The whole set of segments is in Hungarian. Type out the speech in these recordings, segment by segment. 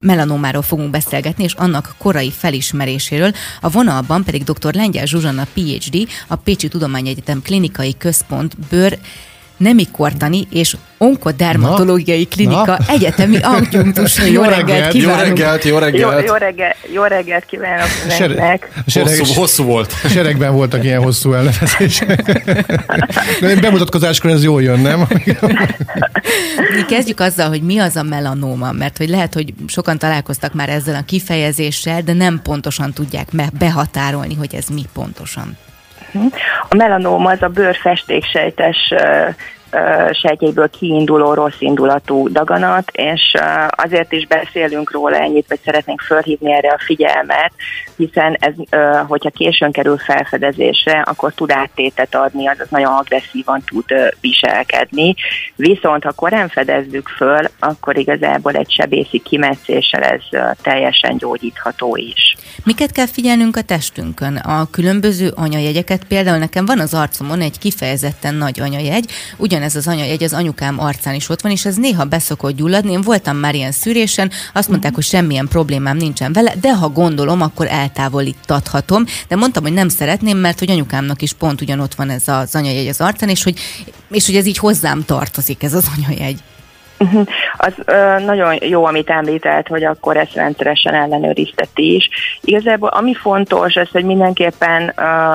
melanómáról fogunk beszélgetni, és annak korai felismeréséről. A vonalban pedig dr. Lengyel Zsuzsanna PhD, a Pécsi Tudományegyetem Klinikai Központ nemi kortani és onkodermatológiai klinika egyetemi adjunktusa. Jó reggelt kívánunk! Jó reggelt kívánok mindenkinek! Hosszú volt. A seregben voltak ilyen hosszú elnevezések. De bemutatkozáskor ez jól jön, nem? Mi kezdjük azzal, hogy mi az a melanóma, mert hogy lehet, hogy sokan találkoztak már ezzel a kifejezéssel, de nem pontosan tudják behatárolni, hogy ez mi pontosan. A melanóma az a bőrfestéksejtes sejtjeiből kiinduló rossz indulatú daganat, és azért is beszélünk róla ennyit, vagy szeretnénk felhívni erre a figyelmet, hiszen ez, hogyha későn kerül felfedezésre, akkor tud áttétet adni, azaz nagyon agresszívan tud viselkedni. Viszont ha korán fedezzük föl, akkor igazából egy sebészi kimetszéssel ez teljesen gyógyítható is. Miket kell figyelnünk a testünkön? A különböző anyajegyeket, például nekem van az arcomon egy kifejezetten nagy anyajegy, ugyanez az anyajegy az anyukám arcán is ott van, és ez néha beszokott gyulladni. Én voltam már ilyen szűrésen, azt mondták, hogy semmilyen problémám nincsen vele, de ha gondolom, akkor eltávolítathatom. De mondtam, hogy nem szeretném, mert hogy anyukámnak is pont ugyanott van ez az anyajegy az arcán, és hogy ez így hozzám tartozik, ez az anyajegy. Az nagyon jó, amit említett, hogy akkor ezt rendszeresen ellenőrizteti is. Igazából ami fontos, az, hogy mindenképpen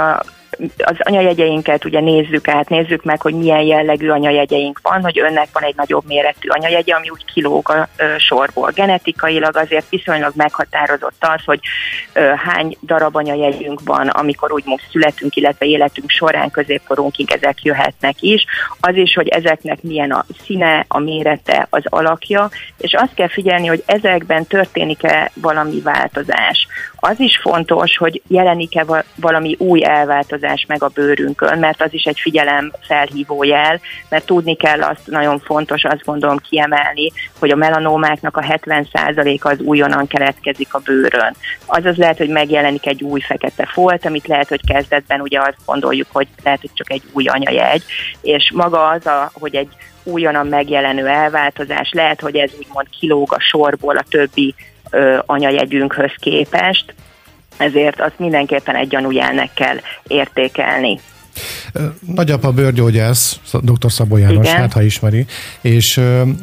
az anyajegyeinket ugye nézzük meg, hogy milyen jellegű anyajegyeink van, hogy önnek van egy nagyobb méretű anyajegye, ami úgy kilóg a sorból. Genetikailag azért viszonylag meghatározott az, hogy hány darab anyajegyünk van, amikor úgymond születünk, illetve életünk során középkorunkig ezek jöhetnek is. Az is, hogy ezeknek milyen a színe, a mérete, az alakja, és azt kell figyelni, hogy ezekben történik-e valami változás. Az is fontos, hogy jelenik-e valami új elváltozás meg a bőrünkön, mert az is egy figyelem felhívó jel, mert tudni kell, azt nagyon fontos, azt gondolom kiemelni, hogy a melanómáknak a 70%-a az újonnan keletkezik a bőrön. Azaz lehet, hogy megjelenik egy új fekete folt, amit lehet, hogy kezdetben ugye azt gondoljuk, hogy lehet, hogy csak egy új anyajegy, és maga az, hogy egy újonnan megjelenő elváltozás, lehet, hogy ez úgymond kilóg a sorból a többi anyajegyünkhöz képest, ezért azt mindenképpen egy gyanújelnek kell értékelni. Nagyapa bőrgyógyász, dr. Szabó János, igen. Hát ha ismeri, és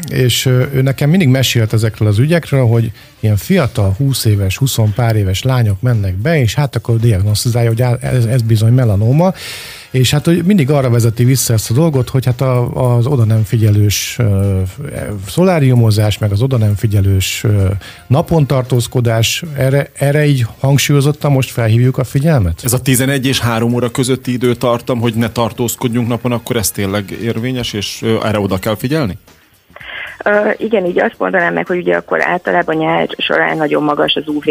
ő nekem mindig mesélt ezekről az ügyekről, hogy ilyen fiatal, 20 éves, 20 pár éves lányok mennek be, és hát akkor diagnosztizálja, hogy ez bizony melanóma, és hát hogy mindig arra vezeti vissza ezt a dolgot, hogy hát az oda nem figyelős szoláriumozás, meg az oda nem figyelős napontartózkodás, erre így hangsúlyozottan most felhívjuk a figyelmet? Ez a 11 és 3 óra közötti időtartam, hogy ne tartózkodjunk napon, akkor ez tényleg érvényes, és erre oda kell figyelni? Igen, így azt mondanám meg, hogy ugye akkor általában nyár során nagyon magas az UV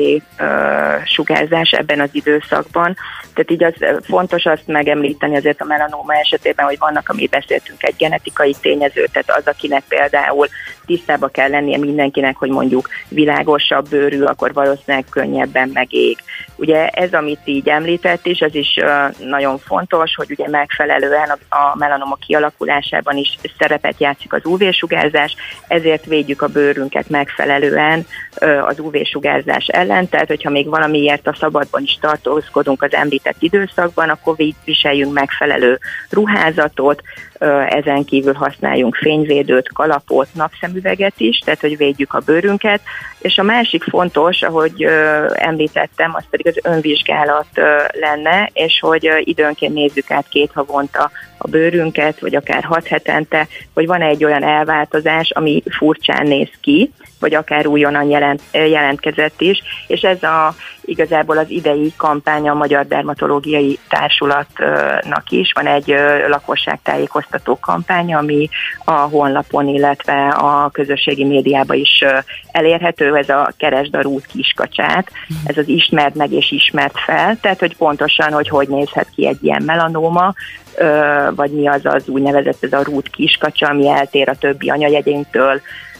sugárzás ebben az időszakban. Tehát így az fontos azt megemlíteni azért a melanóma esetében, hogy vannak, amit beszéltünk, egy genetikai tényező, tehát az, akinek például tisztába kell lennie mindenkinek, hogy mondjuk világosabb bőrű, akkor valószínűleg könnyebben megég. Ugye ez, amit így említett is, az is nagyon fontos, hogy ugye megfelelően a melanoma kialakulásában is szerepet játszik az UV-sugárzás, ezért védjük a bőrünket megfelelően az UV-sugárzás ellen, tehát hogyha még valamiért a szabadban is tartózkodunk az említett időszakban, akkor viseljünk megfelelő ruházatot, ezen kívül használjunk fényvédőt, kalapot, napszemüveget is, tehát hogy védjük a bőrünket, és a másik fontos, ahogy említettem, az pedig az önvizsgálat lenne, és hogy időnként nézzük át 2 havonta a bőrünket, vagy akár 6 hetente, hogy van egy olyan elváltozás, ami furcsán néz ki, vagy akár újonnan jelentkezett is, és ez igazából az idei kampány a Magyar Dermatológiai Társulatnak is. Van egy lakosságtájékoztató kampány, ami a honlapon, illetve a közösségi médiában is elérhető, ez a Keresd a rút kiskacsát, ez az ismerd meg és ismerd fel, tehát hogy pontosan, hogy nézhet ki egy ilyen melanóma, vagy mi az úgynevezett ez a rút kiskacsa, ami eltér a többi anyajegyénktől,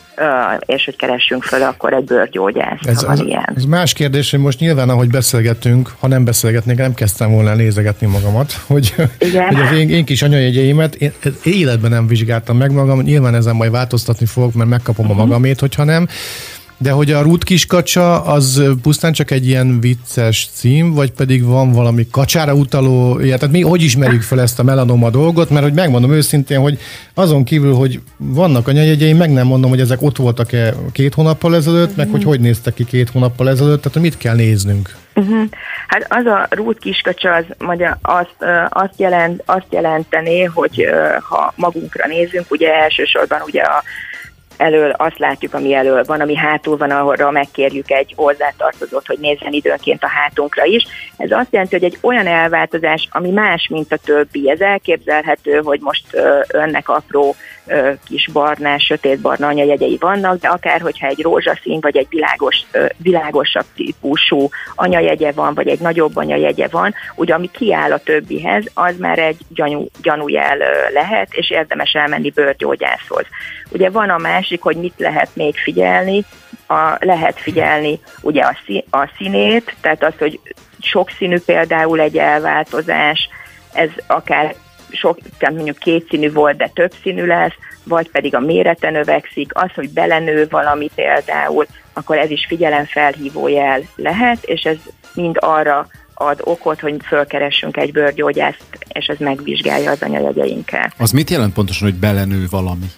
és hogy keressünk föl akkor egy bőrgyógyászt, ha van ilyen. Ez más kérdés, hogy most nyilván, ahogy beszélgettünk, ha nem beszélgetnék, nem kezdtem volna nézegetni magamat, hogy az én kis anyajegyeimet én életben nem vizsgáltam meg magam, nyilván ezen majd változtatni fogok, mert megkapom a magamét, hogyha nem. De hogy a Ruth Kiskacsa az pusztán csak egy ilyen vicces cím, vagy pedig van valami kacsára utaló, tehát mi hogy ismerjük fel ezt a melanoma dolgot, mert hogy megmondom őszintén, hogy azon kívül, hogy vannak anyajegyeim, meg nem mondom, hogy ezek ott voltak-e 2 hónappal ezelőtt, meg hogy néztek ki 2 hónappal ezelőtt, tehát mit kell néznünk? Hát az a Ruth Kiskacsa az azt jelentené, hogy ha magunkra nézünk, ugye elsősorban ugye elől azt látjuk, ami elől van, ami hátul van, arra megkérjük egy hozzátartozót, hogy nézzen időnként a hátunkra is. Ez azt jelenti, hogy egy olyan elváltozás, ami más, mint a többi. Ez elképzelhető, hogy most önnek apró kis barnás, sötétbarna anyajegyei vannak, de akár hogyha egy rózsaszín, vagy egy világosabb típusú anyajegye van, vagy egy nagyobb anyajegye van, ugye ami kiáll a többihez, az már egy gyanújel lehet, és érdemes elmenni bőrgyógyászhoz. Ugye van a másik, hogy mit lehet még figyelni, lehet figyelni ugye a színét, tehát az, hogy sokszínű például egy elváltozás, ez akár tehát mondjuk 2 színű volt, de több színű lesz, vagy pedig a mérete növekszik, az, hogy belenő valami például, akkor ez is figyelemfelhívó jel lehet, és ez mind arra ad okot, hogy fölkeressünk egy bőrgyógyászt, és ez megvizsgálja az anyajegyeinket. Az mit jelent pontosan, hogy belenő valami?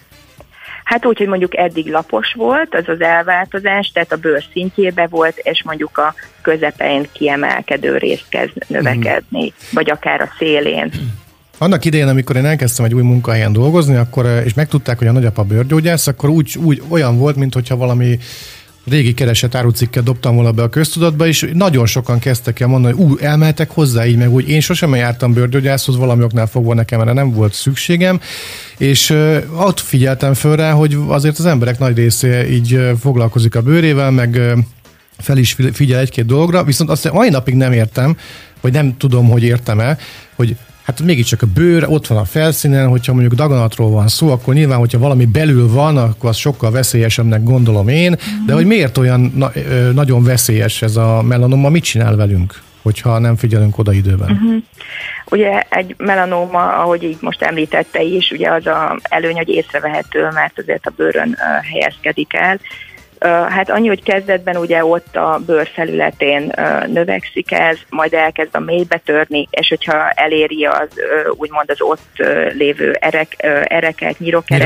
Hát úgy, hogy mondjuk eddig lapos volt az elváltozás, tehát a bőr szintjébe volt, és mondjuk a közepén kiemelkedő részt kezd növekedni, vagy akár a szélén. Annak idején, amikor én elkezdtem egy új munkahelyen dolgozni, akkor, és megtudták, hogy a nagyapa bőrgyógyász, akkor úgy olyan volt, mintha valami régi keresett árucikket dobtam volna be a köztudatba, és nagyon sokan kezdtek el mondani, hogy elmehetek hozzá így, meg úgy. Én sosem jártam bőrgyógyászhoz, valami oknál fogva nekem erre nem volt szükségem, és ott figyeltem föl rá, hogy azért az emberek nagy része így foglalkozik a bőrével, meg fel is figyel egy-két dologra, viszont azt mai napig nem értem, vagy nem tudom, hogy értem-e, hogy hát mégiscsak a bőr ott van a felszínen, hogyha mondjuk daganatról van szó, akkor nyilván, hogyha valami belül van, akkor az sokkal veszélyesebbnek gondolom én, de hogy miért olyan nagyon veszélyes ez a melanoma, mit csinál velünk, hogyha nem figyelünk oda időben? Ugye egy melanóma, ahogy így most említette is, ugye az az előny, hogy észrevehető, mert azért a bőrön helyezkedik el. Hát annyi, hogy kezdetben ugye ott a bőr felületén növekszik ez, majd elkezd a mélybe törni, és hogyha eléri az úgymond az ott lévő ereket,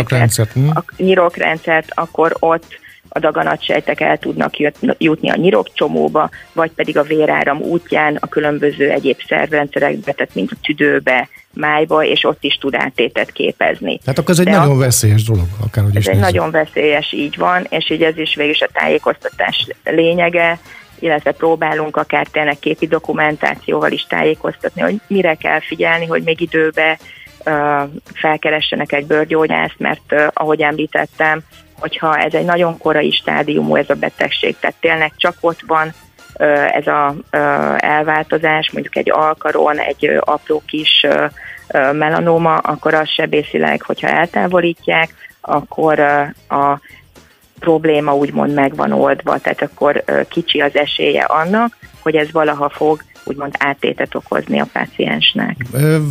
nyirokrendszert, akkor ott a daganatsejtek el tudnak jutni a nyirokcsomóba, vagy pedig a véráram útján a különböző egyéb szervrendszerekbe, tehát mint a tüdőbe, májba, és ott is tud áttétet képezni. Tehát akkor ez egy nagyon veszélyes dolog, akárhogy is ez egy nagyon veszélyes, így van, és így ez is végül is a tájékoztatás lényege, illetve próbálunk akár tényleg képi dokumentációval is tájékoztatni, hogy mire kell figyelni, hogy még időben felkeressenek egy bőrgyógyászt, mert ahogy említettem, hogyha ez egy nagyon korai stádiumú ez a betegség, tehát tényleg csak ott van ez az elváltozás, mondjuk egy alkaron, egy apró kis melanóma, akkor az sebészileg, hogyha eltávolítják, akkor a probléma úgymond meg van oldva, tehát akkor kicsi az esélye annak, hogy ez valaha fog úgymond áttétet okozni a páciensnek.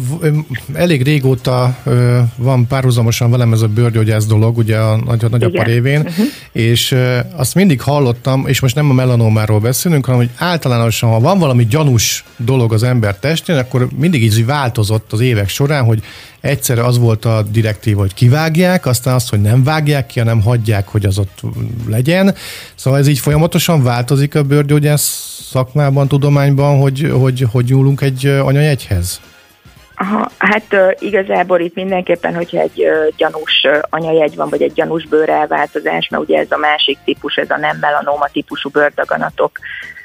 Elég régóta van párhuzamosan velem ez a bőrgyógyász dolog, ugye a nagyapa révén, és azt mindig hallottam, és most nem a melanómáról beszélünk, hanem hogy általánosan, ha van valami gyanús dolog az ember testén, akkor mindig így változott az évek során, hogy egyszerre az volt a direktíva, hogy kivágják, aztán azt, hogy nem vágják ki, hanem hagyják, hogy az ott legyen. Szóval ez így folyamatosan változik a bőrgyógyász szakmában, tudományban, hogy nyúlunk egy anyajegyhez? Aha, hát igazából itt mindenképpen, hogyha egy gyanús anyajegy van, vagy egy gyanús bőrelváltozás, mert ugye ez a másik típus, ez a nem melanóma típusú bőrdaganatokról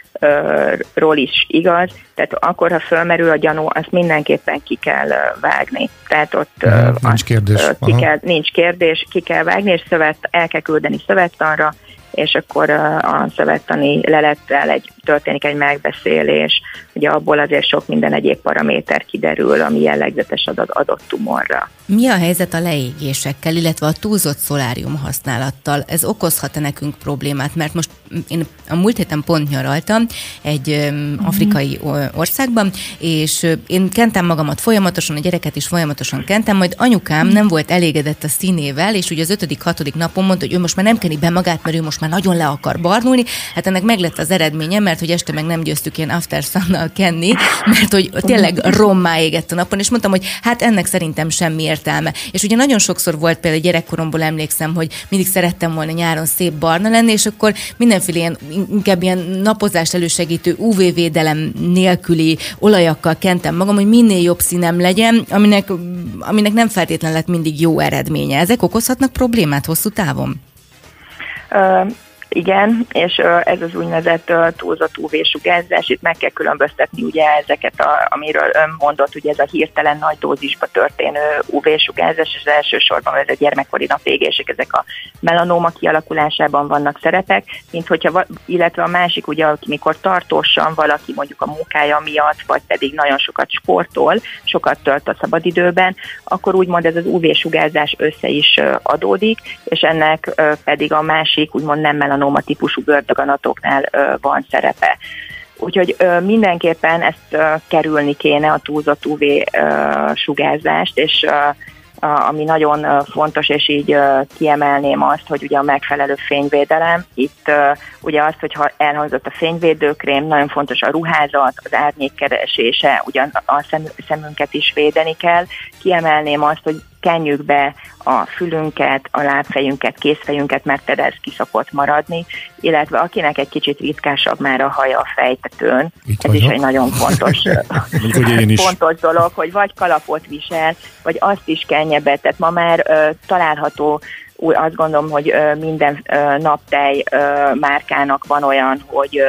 is igaz, tehát akkor, ha fölmerül a gyanú, azt mindenképpen ki kell vágni. Tehát ott nincs kérdés, ki kell vágni, és el kell küldeni szövettanra, és akkor a szövettani lelettel történik egy megbeszélés, ugye abból azért sok minden egyéb paraméter kiderül, ami jellegzetes adott tumorra. Mi a helyzet a leégésekkel, illetve a túlzott szolárium használattal? Ez okozhat-e nekünk problémát? Mert most én a múlt héten pont nyaraltam egy afrikai országban, és én kentem magamat folyamatosan, a gyereket is folyamatosan kentem, majd anyukám nem volt elégedett a színével, és ugye az 5.-6. napon mondta, hogy ő most már nem keni be magát, mert ő most már már nagyon le akar barnulni. Hát ennek meg lett az eredménye, mert hogy este meg nem győztük ilyen after sun-nal kenni, mert hogy tényleg rommá égett a napon, és mondtam, hogy hát ennek szerintem semmi értelme. És ugye nagyon sokszor volt például gyerekkoromból emlékszem, hogy mindig szerettem volna nyáron szép barna lenni, és akkor mindenféle inkább ilyen napozást elősegítő UV-védelem nélküli olajakkal kentem magam, hogy minél jobb színem legyen, aminek nem feltétlenül lett mindig jó eredménye. Ezek okozhatnak problémát hosszú távon? Igen, és ez az úgynevezett túlzott UV-sugárzás, itt meg kell különböztetni ugye ezeket, amiről ön mondott, ugye ez a hirtelen nagy dózisba történő UV-sugárzás, és elsősorban ez a gyermekkori napégések, ezek a melanóma kialakulásában vannak szerepek, illetve a másik, ugye, amikor tartósan valaki mondjuk a munkája miatt, vagy pedig nagyon sokat sportol, sokat tölt a szabadidőben, akkor úgymond ez az UV-sugárzás össze is adódik, és ennek pedig a másik, úgymond nem melanóma típusú bőrdaganatoknál van szerepe. Úgyhogy mindenképpen ezt kerülni kéne, a túlzott UV-sugárzást, és ami nagyon fontos, és így kiemelném azt, hogy ugye a megfelelő fényvédelem. Itt ugye azt, hogyha elhangzott a fényvédőkrém, nagyon fontos a ruházat, az árnyék keresése, ugyan a szemünket is védeni kell. Kiemelném azt, hogy kenjük be a fülünket, a lábfejünket, kézfejünket, mert ez ki szokott maradni, illetve akinek egy kicsit ritkásabb már a haja a fejtetőn, ez is egy nagyon fontos, fontos dolog, hogy vagy kalapot visel, vagy azt is kenje be. Tehát ma már található, azt gondolom, hogy minden naptej márkának van olyan, hogy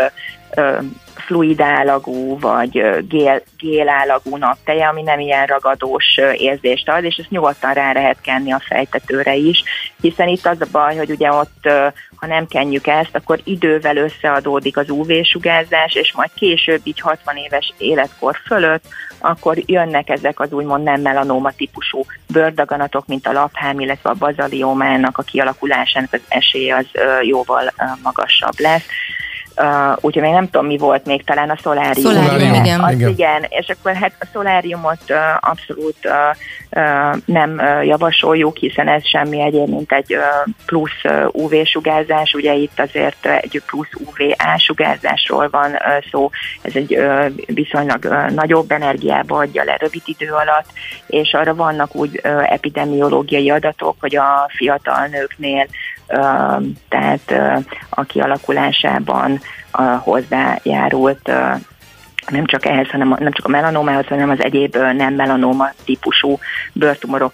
fluid állagú, vagy gél állagú napteje, ami nem ilyen ragadós érzést ad, és ezt nyugodtan rá lehet kenni a fejtetőre is, hiszen itt az a baj, hogy ugye ott, ha nem kenjük ezt, akkor idővel összeadódik az UV-sugárzás, és majd később, így 60 éves életkor fölött, akkor jönnek ezek az úgymond nem melanóma típusú bőrdaganatok, mint a laphám, illetve a bazaliomának a kialakulásának az esélye az jóval magasabb lesz. Úgyhogy még nem tudom, mi volt még, talán a szolárium. Igen, és akkor hát a szoláriumot abszolút nem javasoljuk, hiszen ez semmi egyéb, mint egy plusz UV-sugárzás, ugye itt azért egy plusz UVA sugárzásról van szó, ez egy viszonylag nagyobb energiába adja le rövid idő alatt, és arra vannak úgy epidemiológiai adatok, hogy a fiatal nőknél tehát a kialakulásában kialakulásában nem csak ehhez, hanem nem csak a melanómához, hanem az egyéb nem melanóma típusú bőrtumorok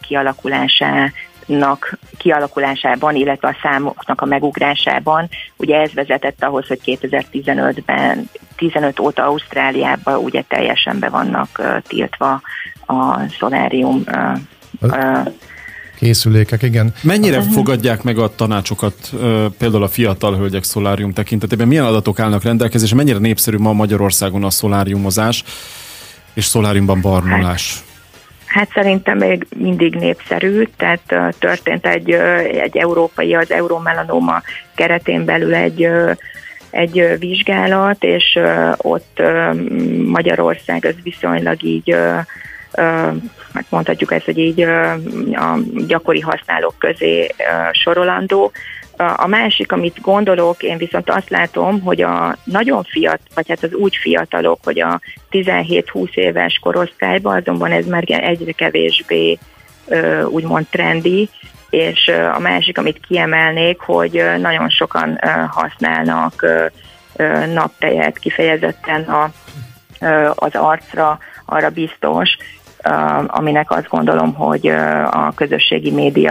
kialakulásában, illetve a számoknak a megugrásában. Ugye ez vezetett ahhoz, hogy 2015 óta Ausztráliában ugye teljesen be vannak tiltva a szolárium készülékek, igen. Mennyire fogadják meg a tanácsokat például a fiatal hölgyek szolárium tekintetében? Milyen adatok állnak rendelkezésre? Mennyire népszerű ma Magyarországon a szoláriumozás és szoláriumban barnulás? Hát szerintem még mindig népszerű, tehát történt egy európai, az Euromelanoma keretén belül egy vizsgálat, és ott Magyarország az viszonylag így hát mondhatjuk ezt, hogy így a gyakori használók közé sorolandó. A másik, amit gondolok, én viszont azt látom, hogy a nagyon fiatal, vagy hát az úgy fiatalok, hogy a 17-20 éves korosztályban, azonban ez már egyre kevésbé úgymond trendi, és a másik, amit kiemelnék, hogy nagyon sokan használnak naptejet kifejezetten az arcra, arra biztos, aminek azt gondolom, hogy a közösségi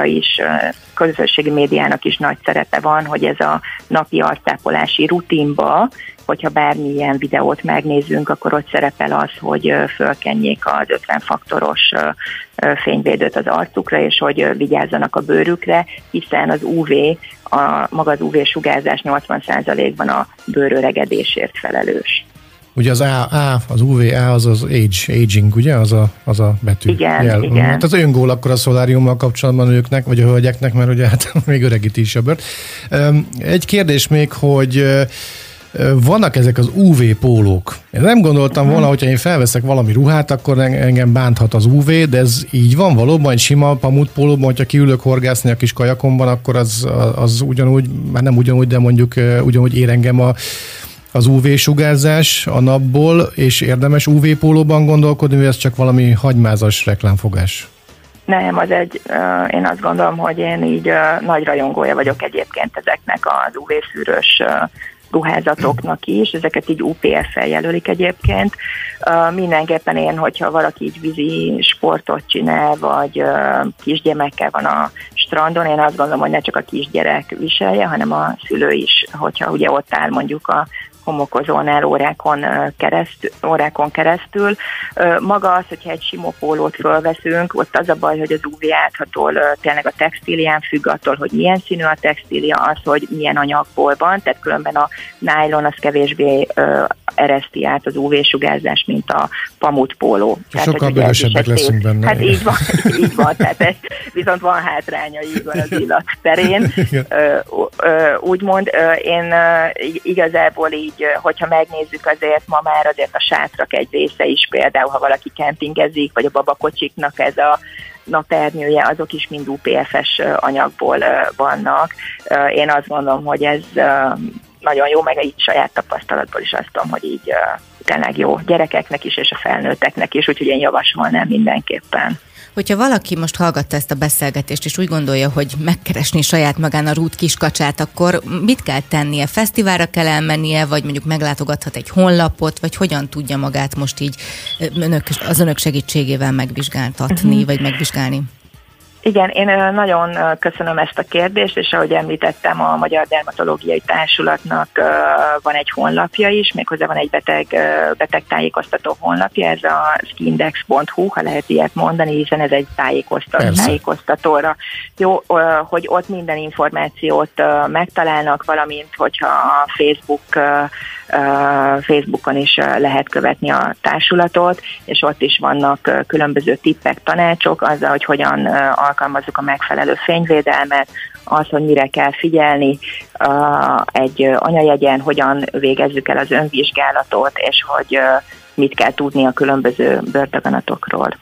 médiának is nagy szerepe van, hogy ez a napi arcápolási rutinba, hogyha bármilyen videót megnézzünk, akkor ott szerepel az, hogy fölkenjék az 50 faktoros fényvédőt az arcukra, és hogy vigyázzanak a bőrükre, hiszen az maga az UV-sugárzás 80%-ban a bőröregedésért felelős. Ugye az UVA az aging, ugye? Az a betű. Igen. Hát az öngól akkor a szoláriummal kapcsolatban a nőknek, vagy a hölgyeknek, mert ugye hát még öregíti is a bőrt. Egy kérdés még, hogy vannak ezek az UV pólók. Én nem gondoltam volna, hogyha én felveszek valami ruhát, akkor engem bánthat az UV, de ez így van valóban, egy sima pamutpólóban, hogyha kiülök horgászni a kis kajakomban, akkor az ugyanúgy, már nem ugyanúgy, de mondjuk ugyanúgy ér engem az UV-sugárzás a napból, és érdemes UV-pólóban gondolkodni, vagy ez csak valami hagymázas reklámfogás? Nem, én azt gondolom, hogy én így nagy rajongója vagyok egyébként ezeknek az UV-szűrős ruházatoknak is, ezeket így UPF-fel jelölik egyébként. Mindenképpen én, hogyha valaki így vízi sportot csinál, vagy kisgyermekkel van a strandon, én azt gondolom, hogy ne csak a kisgyerek viselje, hanem a szülő is, hogyha ugye ott áll mondjuk a homokozónál órákon keresztül. Maga az, hogyha egy sima pólót fölveszünk, ott az a baj, hogy az UV áthatól tényleg a textílián függ attól, hogy milyen színű a textília, az, hogy milyen anyagból van, tehát különben a nylon az kevésbé ereszti át az UV-sugárzást, mint a pamutpóló. Sokkal bőrösebbek leszünk benne. Hát így van, tehát viszont van hátránya így van az illat terén. Úgymond én igazából így, hogyha megnézzük azért ma már azért a sátrak egy része is, például ha valaki kempingezik, vagy a babakocsiknak ez a napernyője, azok is mind UPF-es anyagból vannak. Én azt gondolom, hogy ez nagyon jó, meg így saját tapasztalatból is azt tudom, hogy így tényleg jó gyerekeknek is, és a felnőtteknek is, úgyhogy én javasolnám mindenképpen. Hogyha valaki most hallgatta ezt a beszélgetést, és úgy gondolja, hogy megkeresni saját magán a Rút kiskacsát, akkor mit kell tennie? Fesztiválra kell elmennie, vagy mondjuk meglátogathat egy honlapot, vagy hogyan tudja magát most így az önök segítségével megvizsgáltatni, vagy megvizsgálni? Igen, én nagyon köszönöm ezt a kérdést, és ahogy említettem, a Magyar Dermatológiai Társulatnak van egy honlapja is, méghozzá van egy betegtájékoztató honlapja, ez a skindex.hu, ha lehet ilyet mondani, hiszen ez egy tájékoztatóra. Jó, hogy ott minden információt megtalálnak, valamint hogyha a Facebookon is lehet követni a társulatot, és ott is vannak különböző tippek, tanácsok azzal, hogy hogyan alkalmazzuk a megfelelő fényvédelmet, az, hogy mire kell figyelni egy anyajegyen, hogyan végezzük el az önvizsgálatot, és hogy mit kell tudni a különböző bőrdaganatokról.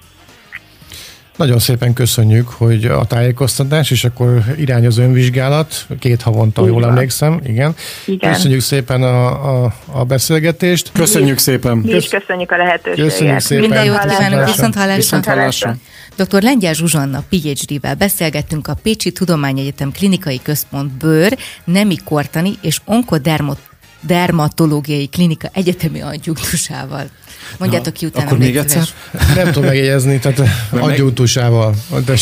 Nagyon szépen köszönjük, hogy a tájékoztatás, és akkor irány az önvizsgálat, 2 havonta, jól emlékszem, igen. Köszönjük szépen a beszélgetést. Köszönjük szépen. Mi is köszönjük a lehetőséget. Köszönjük szépen. Minden jót kívánok, viszonthallásra. Dr. Lengyel Zsuzsanna, PhD-vel beszélgettünk a Pécsi Tudományegyetem Klinikai Központ bőr, nemi kortani és onkodermatológiai klinika egyetemi adjunktusával. Mondjátok ki utána. Akkor még egyszer? Nem tudom megjegyezni, tehát adjunktusával.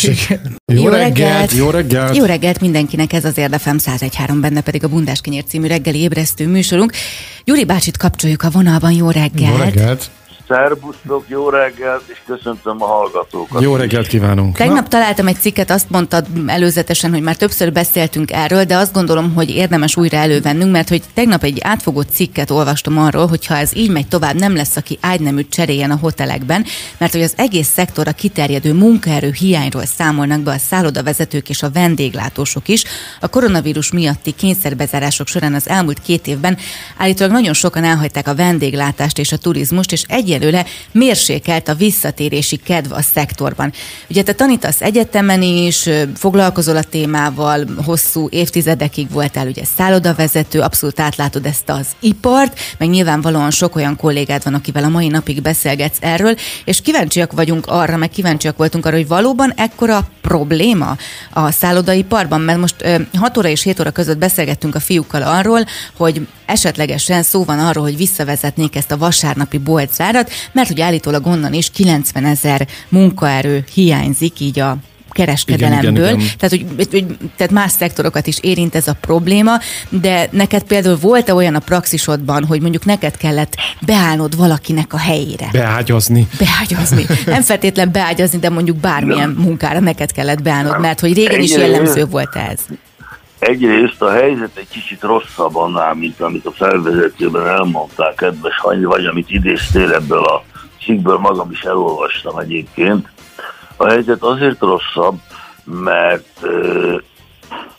Jó reggelt! Jó reggelt! Jó reggelt mindenkinek, ez az Érdefem 101.3, benne pedig a Bundás Kenyér című reggeli ébresztő műsorunk. Gyuri bácsit kapcsoljuk a vonalban, jó reggelt! Jó reggelt! Szerbusztok, jó reggelt, és köszöntöm a hallgatókat. Jó reggelt kívánunk! Tegnap találtam egy cikket, azt mondtad előzetesen, hogy már többször beszéltünk erről, de azt gondolom, hogy érdemes újra elővennünk, mert hogy tegnap egy átfogó cikket olvastam arról, hogy ha ez így megy tovább, nem lesz, aki ágyneműt cseréljen a hotelekben, mert hogy az egész szektorra kiterjedő munkaerő hiányról számolnak be a szállodavezetők és a vendéglátósok is. A koronavírus miatti kényszerbezárások során az elmúlt 2 évben állítólag nagyon sokan elhagyták a vendéglátást és a turizmust, és egyelőre mérsékelt a visszatérési kedv a szektorban. Ugye te tanítasz egyetemen is, foglalkozol a témával, hosszú évtizedekig voltál ugye szállodavezető, abszolút átlátod ezt az ipart, meg nyilvánvalóan sok olyan kollégád van, akivel a mai napig beszélgetsz erről, és kíváncsiak voltunk arra, hogy valóban ekkora probléma a szállodaiparban, mert most 6 óra és 7 óra között beszélgettünk a fiúkkal arról, hogy esetlegesen szó van arról, hogy visszavezetnék ezt a vasárnapi boltzárat, mert hogy állítólag onnan is 90 000 munkaerő hiányzik így a kereskedelemből. Igen. Tehát más szektorokat is érint ez a probléma, de neked például volt-e olyan a praxisodban, hogy mondjuk neked kellett beállnod valakinek a helyére? Beágyazni. Nem feltétlen beágyazni, de mondjuk bármilyen munkára neked kellett beállnod, mert hogy régen is jellemző volt ez. Egyrészt a helyzet egy kicsit rosszabb annál, mint amit a felvezetőben elmondták, kedves Hanyi, vagy amit idéztél ebből a cikkből, magam is elolvastam egyébként. A helyzet azért rosszabb, mert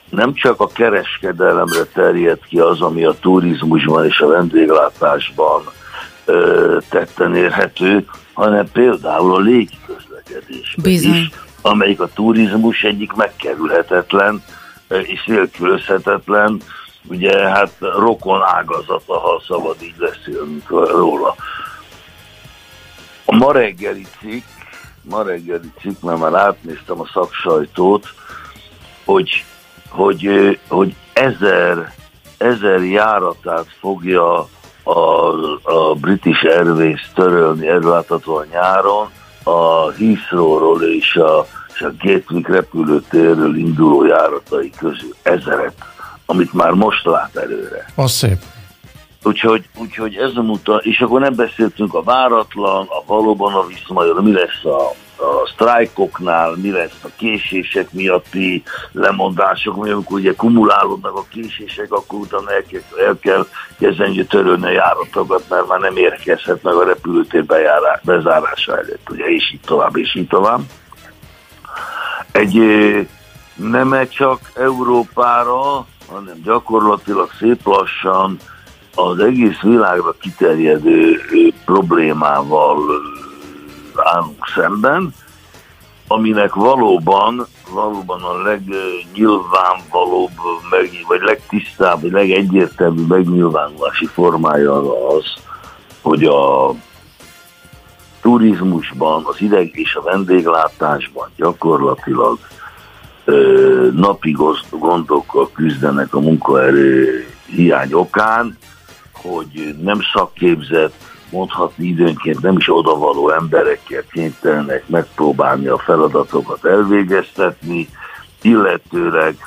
nem csak a kereskedelemre terjed ki az, ami a turizmusban és a vendéglátásban tetten érhető, hanem például a légiközlekedésben is, amelyik a turizmus egyik megkerülhetetlen és nélkülözhetetlen, ugye hát rokon ágazata, ha szabad így beszélnünk róla. A ma reggeli cikk, mert már átnéztem a szaksajtót, hogy 1000 járatát fogja a British Airways törölni erőláthatóan nyáron a Heathrow-ról és a Gatwick repülőtérről induló járatai közül 1000-et, amit már most lát előre. Az szép. Úgyhogy ez a és akkor nem beszéltünk a váratlan, a valóban a viszmajor, mi lesz a sztrájkoknál, mi lesz a késések miatti lemondások, amikor ugye kumulálódnak a késések, akkor utána el kell kezdeni törölni a járatokat, mert már nem érkezhet meg a repülőtér bezárása előtt, ugye, és így tovább, és így tovább. Nem csak Európára, hanem gyakorlatilag szép lassan az egész világra kiterjedő problémával állunk szemben, aminek valóban a legnyilvánvalóbb, vagy legtisztább, vagy legegyértelműbb megnyilvánulási formája az, hogy a turizmusban, az ideg és a vendéglátásban gyakorlatilag napi gondokkal küzdenek a munkaerő hiány okán, hogy nem szakképzett, mondhatni időnként nem is odavaló emberekkel kénytelenek megpróbálni a feladatokat elvégeztetni, illetőleg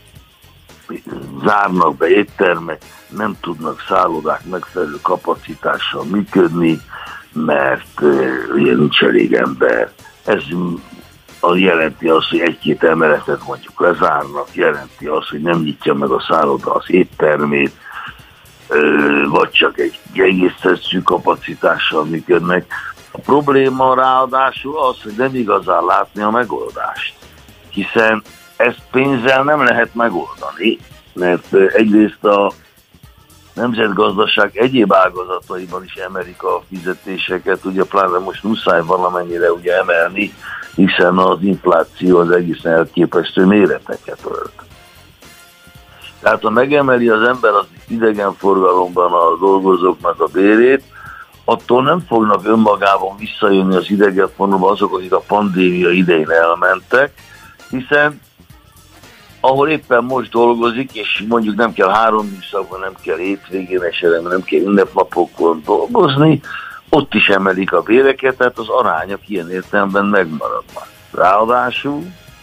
zárnak be éttermek, nem tudnak szállodák megfelelő kapacitással működni, mert ugye nincs elég ember. Ez jelenti azt, hogy egy-két emeletet mondjuk lezárnak, jelenti azt, hogy nem nyitja meg a szálloda az éttermét, vagy csak egy egész szűk kapacitással működnek. A probléma ráadásul az, hogy nem igazán látni a megoldást, hiszen ezt pénzzel nem lehet megoldani, mert egyrészt a nemzetgazdaság egyéb ágazataiban is emelik a fizetéseket, ugye pláne most muszáj valamennyire ugye emelni, hiszen az infláció az egészen elképesztő méreteket ölt. Tehát ha megemeli az ember az idegenforgalomban a dolgozóknak a bérét, attól nem fognak önmagában visszajönni az idegenforgalomba azok, akik a pandémia idején elmentek, hiszen ahol éppen most dolgozik, és mondjuk nem kell 3 műszakban, nem kell hétvégén esetleg, nem kell ünnepnapokon dolgozni, ott is emelik a béreket, tehát az arányok ilyen értelemben megmaradnak. Ráadásul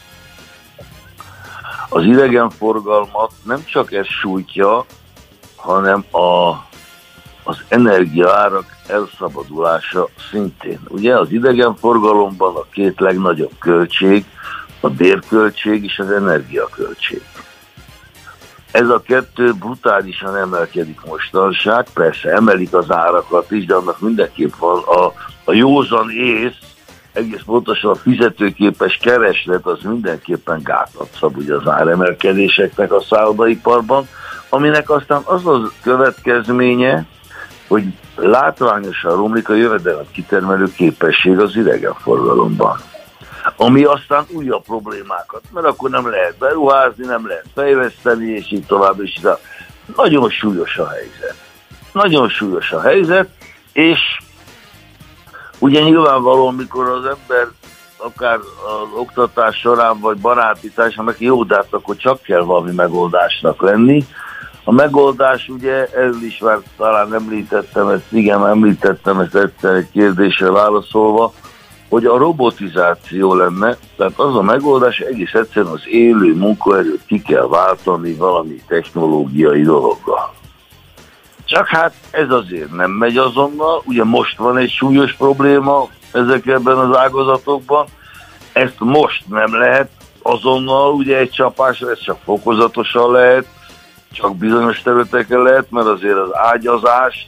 az idegenforgalmat nem csak ez sújtja, hanem az energiaárak elszabadulása szintén. Ugye az idegenforgalomban a két legnagyobb költség, a bérköltség és az energiaköltség. Ez a kettő brutálisan emelkedik mostanság, persze emelik az árakat is, de annak mindenképp van a józan ész, egész pontosan a fizetőképes kereslet az mindenképpen gátat szab ugye az áremelkedéseknek a szállodaiparban, aminek aztán az a következménye, hogy látványosan romlik a jövedelem kitermelő képesség az idegenforgalomban. Ami aztán újabb problémákat, mert akkor nem lehet beruházni, nem lehet fejleszteni, és így tovább, és így tovább. Nagyon súlyos a helyzet. Nagyon súlyos a helyzet, és ugye nyilvánvalóan, mikor az ember akár az oktatás során, vagy baráti társadalom, neki jó, de akkor csak kell valami megoldásnak lenni. A megoldás ugye, ez is már talán említettem ezt egyszer egy kérdésre válaszolva, hogy a robotizáció lenne, tehát az a megoldás, egész egyszerűen az élő munkaerőt ki kell váltani valami technológiai dologgal. Csak hát ez azért nem megy azonnal, ugye most van egy súlyos probléma ezekben az ágazatokban, ezt most nem lehet azonnal, ugye egy csapásra, ez csak fokozatosan lehet, csak bizonyos területeken lehet, mert azért az ágyazást,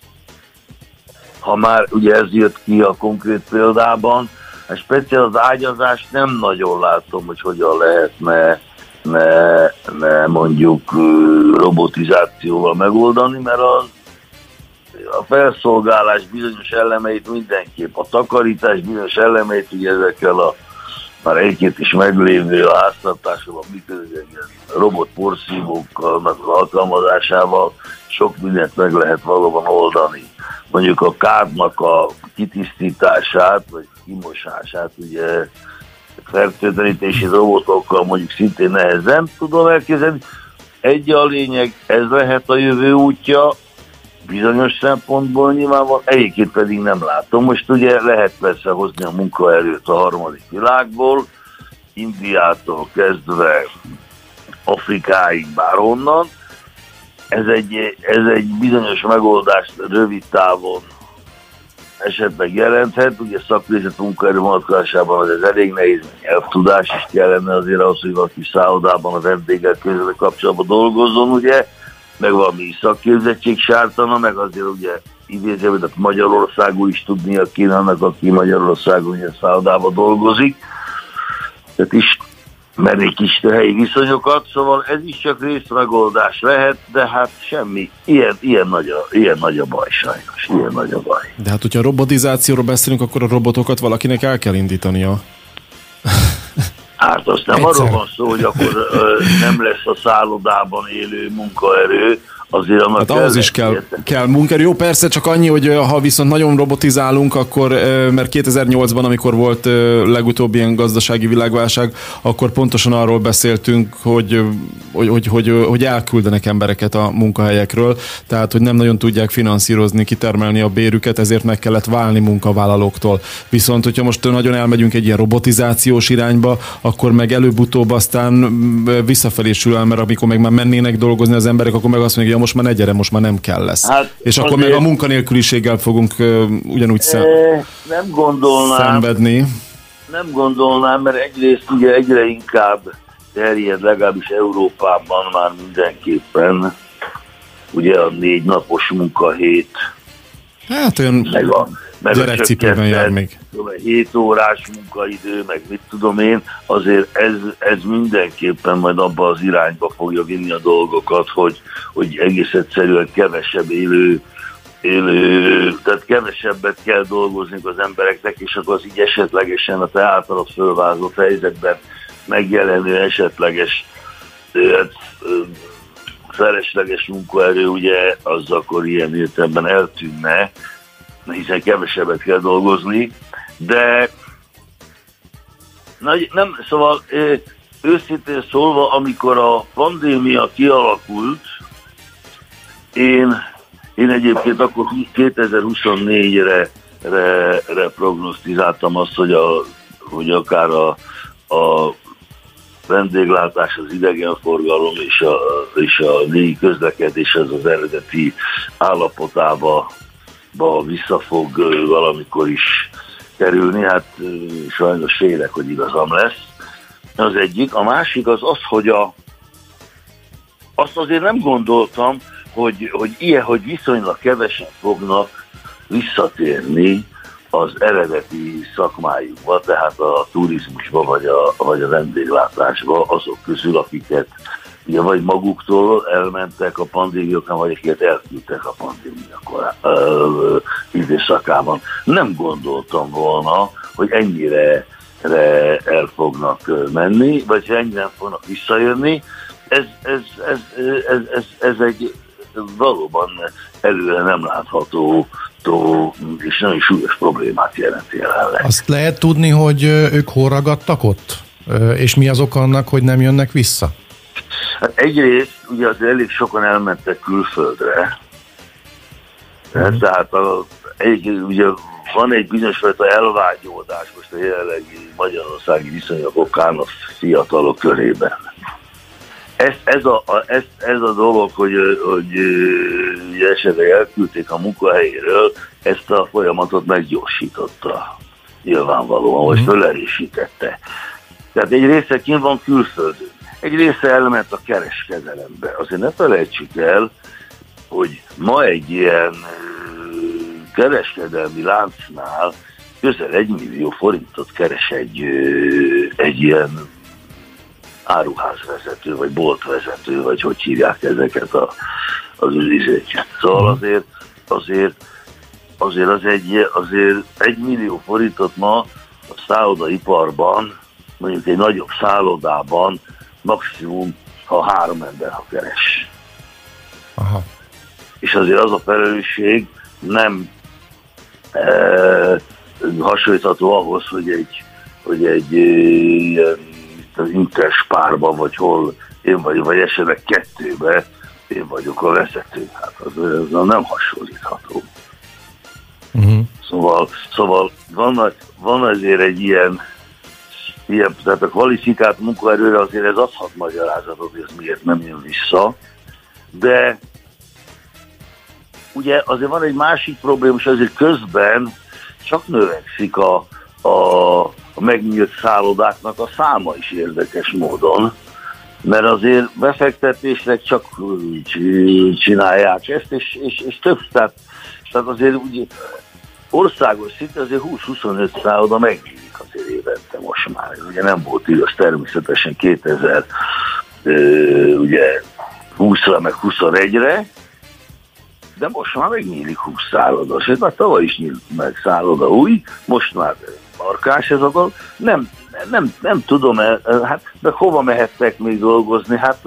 ha már ugye ez jött ki a konkrét példában, speciál az ágyazást nem nagyon látom, hogy hogyan lehetne ne mondjuk robotizációval megoldani, mert a felszolgálás bizonyos elemeit mindenképp, a takarítás bizonyos elemeit, ugye ezekkel a már egy-két is meglévő a háztartásban, miközben robotporszívókkal, meg az alkalmazásával sok mindent meg lehet valóban oldani. Mondjuk a kádnak a kitisztítását, vagy kimosását, ugye fertőtlenítési robotokkal mondjuk szintén nehezen tudom elképzelni. Egy a lényeg, ez lehet a jövő útja, bizonyos szempontból nyilvánvalóan, egyébként pedig nem látom. Most ugye lehet persze hozni a munkaerőt a harmadik világból, Indiától kezdve Afrikáig, bárhonnan. Ez egy bizonyos megoldást rövid távon esetleg jelenthet. Ugye szakvészet munkaerő vonatkozásában ez elég nehéz, nyelvtudás is kellene azért ahhoz, hogy valaki szállodában a vendéggel közben kapcsolatban dolgozzon, ugye, meg valami szakképzettség sártana, meg azért ugye idézőben, tehát Magyarországon is tudnia kéne annak, aki Magyarországon ugye szállodában dolgozik. Tehát is mernék is helyi viszonyokat, szóval ez is csak részmegoldás lehet, de hát semmi, ilyen nagy a baj sajnos, ilyen nagy a baj. De hát, hogyha a robotizációról beszélünk, akkor a robotokat valakinek el kell indítania. Hát azt nem arról van szó, hogy akkor nem lesz a szállodában élő munkaerő, azért annak hát ahhoz is kell munkaerő. Jó, persze, csak annyi, hogy ha viszont nagyon robotizálunk, akkor, mert 2008-ban, amikor volt legutóbb ilyen gazdasági világválság, akkor pontosan arról beszéltünk, hogy elküldenek embereket a munkahelyekről, tehát, hogy nem nagyon tudják finanszírozni, kitermelni a bérüket, ezért meg kellett válni munkavállalóktól. Viszont, hogyha most nagyon elmegyünk egy ilyen robotizációs irányba, akkor meg előbb-utóbb aztán visszafelé sül el, mert amikor meg már mennének dolgozni az emberek, akkor meg azt mondják, most már ne gyere, most már nem kell lesz. Hát és akkor meg a munkanélküliséggel fogunk ugyanúgy szenvedni. Nem gondolnám, mert egyrészt ugye egyre inkább terjed, legalábbis Európában már mindenképpen ugye a 4 napos munkahét. Hát olyan gyerekcipőben jár még. 7 órás munkaidő, meg mit tudom én, azért ez mindenképpen majd abba az irányba fogja vinni a dolgokat, hogy egész egyszerűen kevesebb élő, tehát kevesebbet kell dolgozni az embereknek, és akkor az így esetlegesen a te általad fölvázolt helyzetben megjelenő esetleges felesleges munkaerő, ugye, az akkor ilyen értelemben eltűnne, hiszen kevesebbet kell dolgozni, de nem, szóval őszintén szólva, amikor a pandémia kialakult, én egyébként akkor 2024-re prognosztizáltam azt, hogy akár a vendéglátás, az idegenforgalom és a légi közlekedés az eredeti állapotába vissza fog valamikor is kerülni, hát sajnos félek, hogy igazam lesz. Az egyik. A másik az, hogy azt azért nem gondoltam, hogy viszonylag kevesen fognak visszatérni az eredeti szakmájukba, tehát a turizmusba vagy a vendéglátásba, azok közül, akiket ugye vagy maguktól elmentek a pandémiakon, vagy akiket elküldtek a pandémia időszakában. Nem gondoltam volna, hogy ennyire el fognak menni, vagy ennyire fognak visszajönni. Ez egy valóban előre nem látható és nagyon súlyos problémát jelent jelenleg. Azt lehet tudni, hogy ők hol ragadtak ott? És mi az oka annak, hogy nem jönnek vissza? Hát egyrészt ugye azért elég sokan elmentek külföldre. Tehát ugye van egy bizonyos fajta elvágyódás most a jelenlegi magyarországi viszonyok okán a fiatalok körében. Ez a dolog, hogy esetleg elküldték a munkahelyéről, ezt a folyamatot meggyorsította nyilvánvalóan, vagy fölerősítette. Tehát egy része kint van külföldön, egy része elment a kereskedelembe. Azért ne felejtsük el, hogy ma egy ilyen kereskedelmi láncnál közel 1 millió forintot keres egy ilyen áruházvezető, vagy boltvezető, vagy hogy hívják ezeket az üzéket. Szóval azért 1 millió forintot ma a szállodaiparban, mondjuk egy nagyobb szállodában maximum, ha 3 ember, ha keres. Aha. És azért az a felelősség nem hasonlítható ahhoz, hogy egy az Interes párban, vagy hol én vagyok, vagy esetleg 2-ben én vagyok a vezető. Hát az nem hasonlítható. Szóval van azért egy ilyen, tehát a kvalifikált munkaerőre azért ez adhat magyarázatot, hogy ez miért nem jön vissza, de ugye azért van egy másik probléma, és azért közben csak növekszik a megnyílt szállodáknak a száma is érdekes módon, mert azért befektetésnek csak csinálják ezt, és több, tehát azért ugye országos szinte azért 20-25 szálloda megnyílik azért évente most már. Ugye nem volt igaz természetesen 2020-ra meg 21-re, de most már megnyílik 20 szálloda. Sőt, már tavaly is nyílt meg szálloda új, most már markás ez a dolog. Nem tudom, hát de hova mehettek még dolgozni? Hát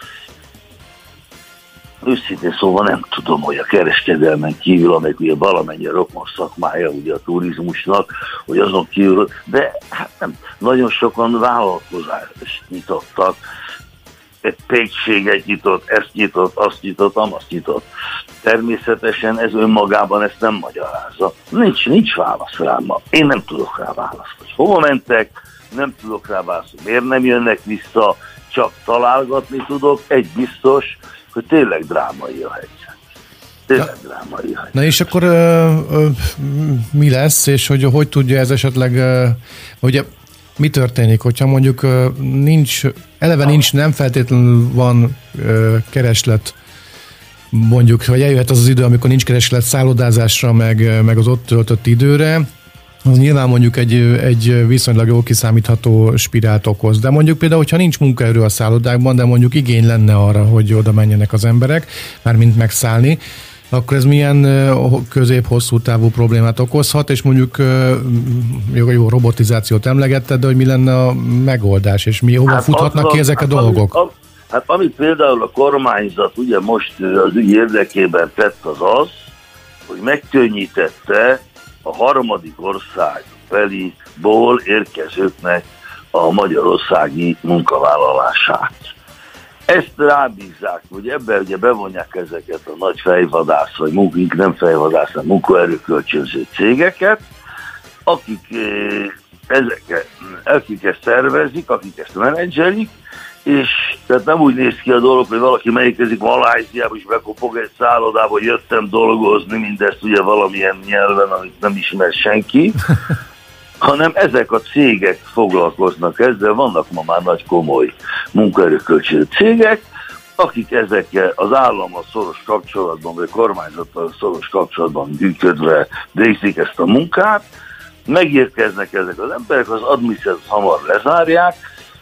őszintén szóval nem tudom, hogy a kereskedelmen kívül, amelyik ugye valamennyire rokon szakmája ugye a turizmusnak, hogy azon kívül, de hát nem, nagyon sokan vállalkozást nyitottak, egy pékséget nyitott, ezt nyitott, azt nyitott, amazt nyitott. Természetesen ez önmagában ezt nem magyarázza. Nincs válasz rá ma. Én nem tudok rá választ. Hova mentek, nem tudok rá választ. Miért nem jönnek vissza, csak találgatni tudok. Egy biztos, hogy tényleg drámai a helyzet. Tényleg drámai a helyzet. Na és akkor mi lesz, és hogy tudja ez esetleg, ugye mi történik, hogyha mondjuk nem feltétlenül van kereslet, mondjuk, vagy eljöhet az idő, amikor nincs kereslet szállodázásra, meg az ott töltött időre, az nyilván mondjuk egy viszonylag jól kiszámítható spirált okoz. De mondjuk például, hogyha nincs munkaerő a szállodákban, de mondjuk igény lenne arra, hogy oda menjenek az emberek, mármint megszállni, akkor ez milyen közép-hosszú távú problémát okozhat, és mondjuk jó robotizációt emlegetted, de hogy mi lenne a megoldás, és hova futhatnak ki ezek a dolgok? Amit például a kormányzat ugye most az ügy érdekében tett az, hogy megkönnyítette a harmadik ország feliból érkezőknek a magyarországi munkavállalását. Ezt rábízzák, hogy ebben ugye bevonják ezeket a nagy fejvadász, vagy nem fejvadász, hanem munkaerőkölcsönző cégeket, akik ezt szervezik, akik ezt menedzselik, és tehát nem úgy néz ki a dolog, hogy valaki megérkezik Malajziába, és bekopog egy szállodába, jöttem dolgozni, mindezt ugye valamilyen nyelven, amit nem ismer senki, hanem ezek a cégek foglalkoznak ezzel, vannak ma már nagy komoly munkaerőkölcsönző cégek, akik ezekkel az állammal szoros kapcsolatban, vagy a kormányzattal szoros kapcsolatban működve végzik ezt a munkát, megérkeznek ezek az emberek, az adminisztrációt hamar lezárják,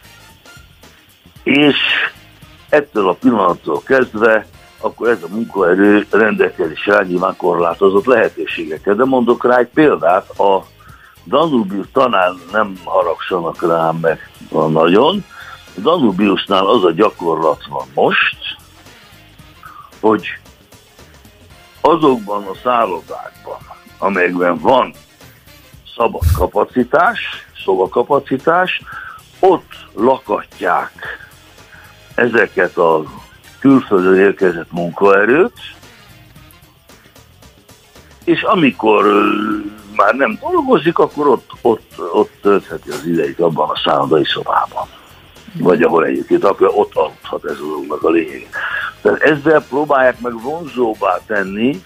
és ettől a pillanattól kezdve akkor ez a munkaerő rendelkezés rá nyilván korlátozott lehetőségekkel. De mondok rá egy példát, a Danubius, talán nem haragszanak rám meg nagyon, a Danubiusnál az a gyakorlat van most, hogy azokban a szállodákban, amelyekben van szabad kapacitás, szobakapacitás, ott lakatják ezeket a külföldön érkezett munkaerőt, és amikor már nem dolgozik, akkor ott töltheti az idejét abban a szállodai szobában. Vagy ahol egyébként, akkor ott aludhat, ez a dolognak a lényeg. Tehát ezzel próbálják meg vonzóbbá tenni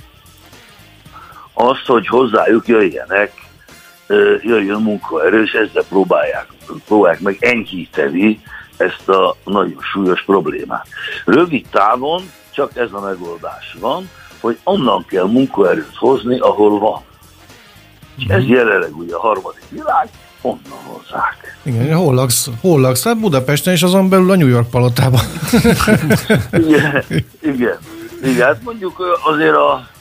azt, hogy hozzájuk jöjjön munkaerő, és ezzel próbálják meg enyhíteni ezt a nagyon súlyos problémát. Rövid távon csak ez a megoldás van, hogy onnan kell munkaerőt hozni, ahol van. És ez jelenleg ugye a harmadik világ, onnan hozzák. Igen, hol laksz? Hát Budapesten és azon belül a New York palotában. Igen. Hát mondjuk azért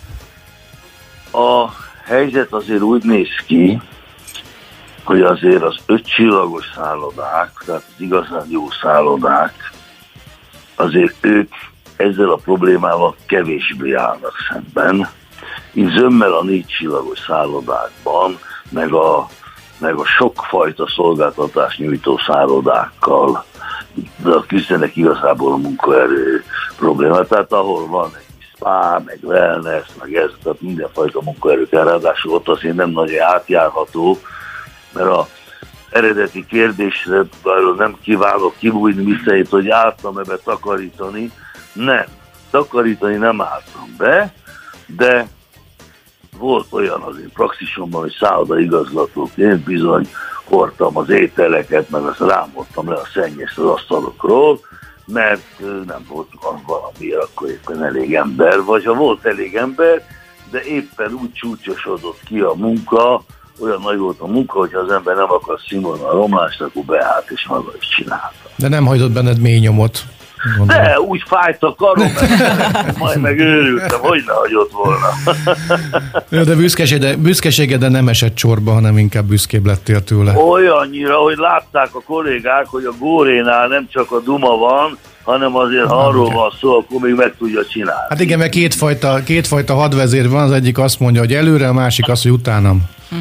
a helyzet azért úgy néz ki, hogy azért az 5 csillagos szállodák, tehát az igazán jó szállodák, azért ők ezzel a problémával kevésbé állnak szemben. Így zömmel a 4 csillagos szállodákban, meg a sokfajta szolgáltatás nyújtó szállodákkal küzdenek igazából a munkaerő problémát. Tehát ahol van egy spa, meg wellness, meg ez, tehát mindenfajta munkaerő kell, ráadásul ott azért nem nagyon átjárható, mert az eredeti kérdésre nem kívánok kibújni visszajött, hogy álltam ebbe takarítani. Nem, takarítani nem álltam be, de volt olyan az én praxisomban, hogy szállodaigazgatóként bizony hordtam az ételeket, meg azt rámoltam le a szennyest az asztalokról, mert nem volt valamiért akkor éppen elég ember, vagy ha volt elég ember, de éppen úgy csúcsosodott ki a munka, olyan nagy volt a munka, hogyha az ember nem akar szimulni a romlást, akkor beállt és maga is csinálta. De nem hagyott benned mély nyomot. Gondolom. De úgy fájt a karom, majd meg őrültem, hogy ne hagyott volna. De büszkeségeden nem esett csorba, hanem inkább büszkébb lettél tőle. Olyannyira, hogy látták a kollégák, hogy a Górénál nem csak a duma van, hanem azért ha arról van szó, akkor még meg tudja csinálni. Hát igen, mert kétfajta hadvezér van, az egyik azt mondja, hogy előre, a másik azt, hogy utánam.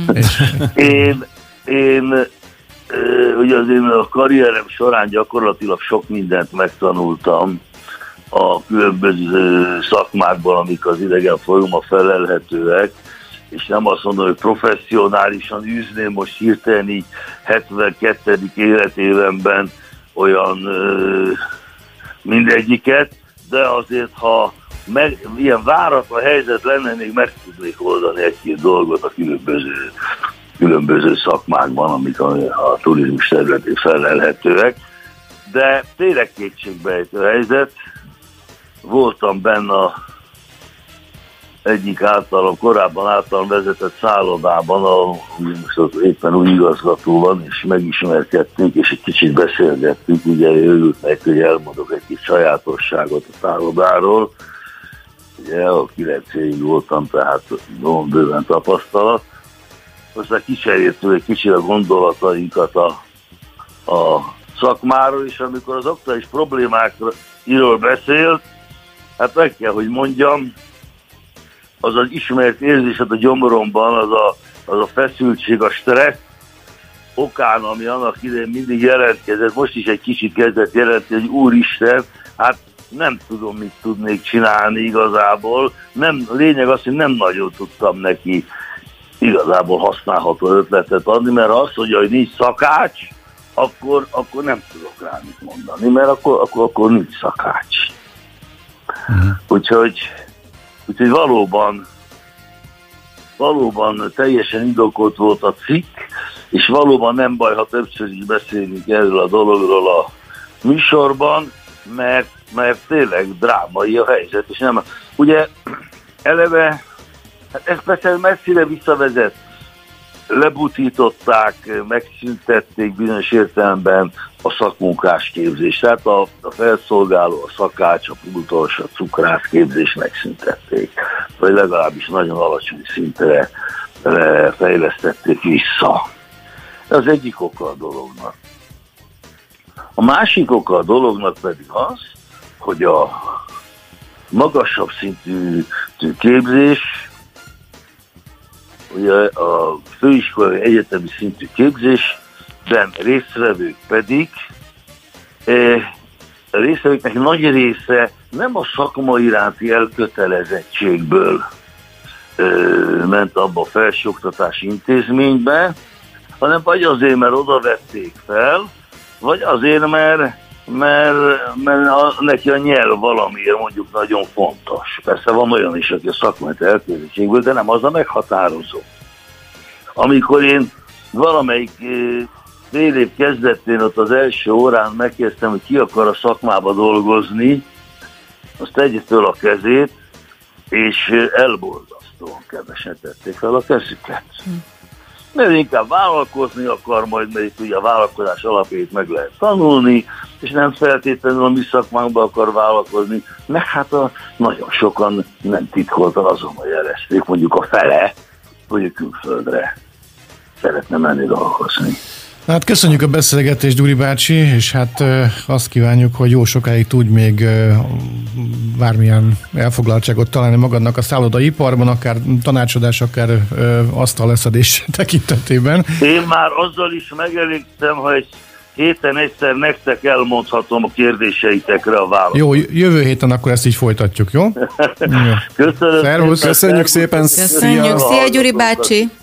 Én ugye az én a karrierem során gyakorlatilag sok mindent megtanultam a különböző szakmákban, amik az idegenforgalommal felelhetőek, és nem azt mondom, hogy professzionálisan űzném most hirtelen így 72. életévemben olyan mindegyiket, de azért, ha ilyen váratlan helyzet lenne, még meg tudnék oldani egy-két dolgot a különböző szakmákban, amik a turizmus területén felelhetőek, de tényleg kétségbejtő helyzet. Voltam benne egyik korábban általam vezetett szállodában, ahol most éppen új igazgató van, és megismerkedtünk, és egy kicsit beszélgettünk, ugye örült meg, hogy elmondok egy kis sajátosságot a szállodáról. Ugye a 9 évig voltam, tehát bőven tapasztalat. Aztán kicseréltünk egy kicsit a gondolatainkat a szakmáról, és amikor az aktuális problémákról beszélt, hát meg kell, hogy mondjam, az az ismert érzés a gyomromban, az a feszültség, a stressz okán, ami annak idején mindig jelentkezett, most is egy kicsit kezdett jelentkezni, hogy úristen, hát nem tudom, mit tudnék csinálni igazából. Lényeg az, hogy nem nagyon tudtam neki igazából használható ötletet adni, mert azt mondja, hogy nincs szakács, akkor nem tudok rá mit mondani, mert akkor nincs szakács. Úgyhogy valóban teljesen indokolt volt a cikk, és valóban nem baj, ha többször is beszélünk erről a dologról a műsorban, mert tényleg drámai a helyzet, és nem, ugye eleve, hát ez persze messzire visszavezet, lebutították, megszüntették bizonyos értelemben a szakmunkás képzést, tehát a felszolgáló, a szakács, a pultos, a cukrász képzést megszüntették, vagy legalábbis nagyon alacsony szintre fejlesztették vissza. Ez az egyik oka a dolognak. A másik oka a dolognak pedig az, hogy a magasabb szintű képzés, ugye a főiskolai egyetemi szintű képzésben résztvevők pedig, a résztvevőknek nagy része nem a szakma iránti elkötelezettségből ment abba a felsőoktatási intézménybe, hanem vagy azért, mert oda vették fel, vagy azért, mert neki a nyelv valamiért mondjuk nagyon fontos. Persze van olyan is, aki a szakmai elkötelezettségből, de nem az a meghatározó. Amikor én valamelyik fél év kezdetén ott az első órán megkezdtem, hogy ki akar a szakmába dolgozni, azt tegye föl a kezét, és elborzasztóan kevesen tették fel a kezüket. mert inkább vállalkozni akar, majd mert ugye a vállalkozás alapjait meg lehet tanulni, és nem feltétlenül a mi szakmánkban akar vállalkozni, meg hát nagyon sokan nem titkoltan azonnal jelezték, mondjuk a fele, hogy a külföldre szeretne menni dolgozni. Hát köszönjük a beszélgetést, Gyuri bácsi, és hát azt kívánjuk, hogy jó sokáig tudj még bármilyen elfoglaltságot találni magadnak a szállodaiparban, akár tanácsadás, akár asztalleszedés tekintetében. Én már azzal is megelégtem, ha egy héten egyszer nektek elmondhatom a kérdéseitekre a választ. Jó, jövő héten akkor ezt így folytatjuk, jó? Köszönöm. Szervusz. Köszönjük szépen. Köszönjük. Szia, Gyuri bácsi.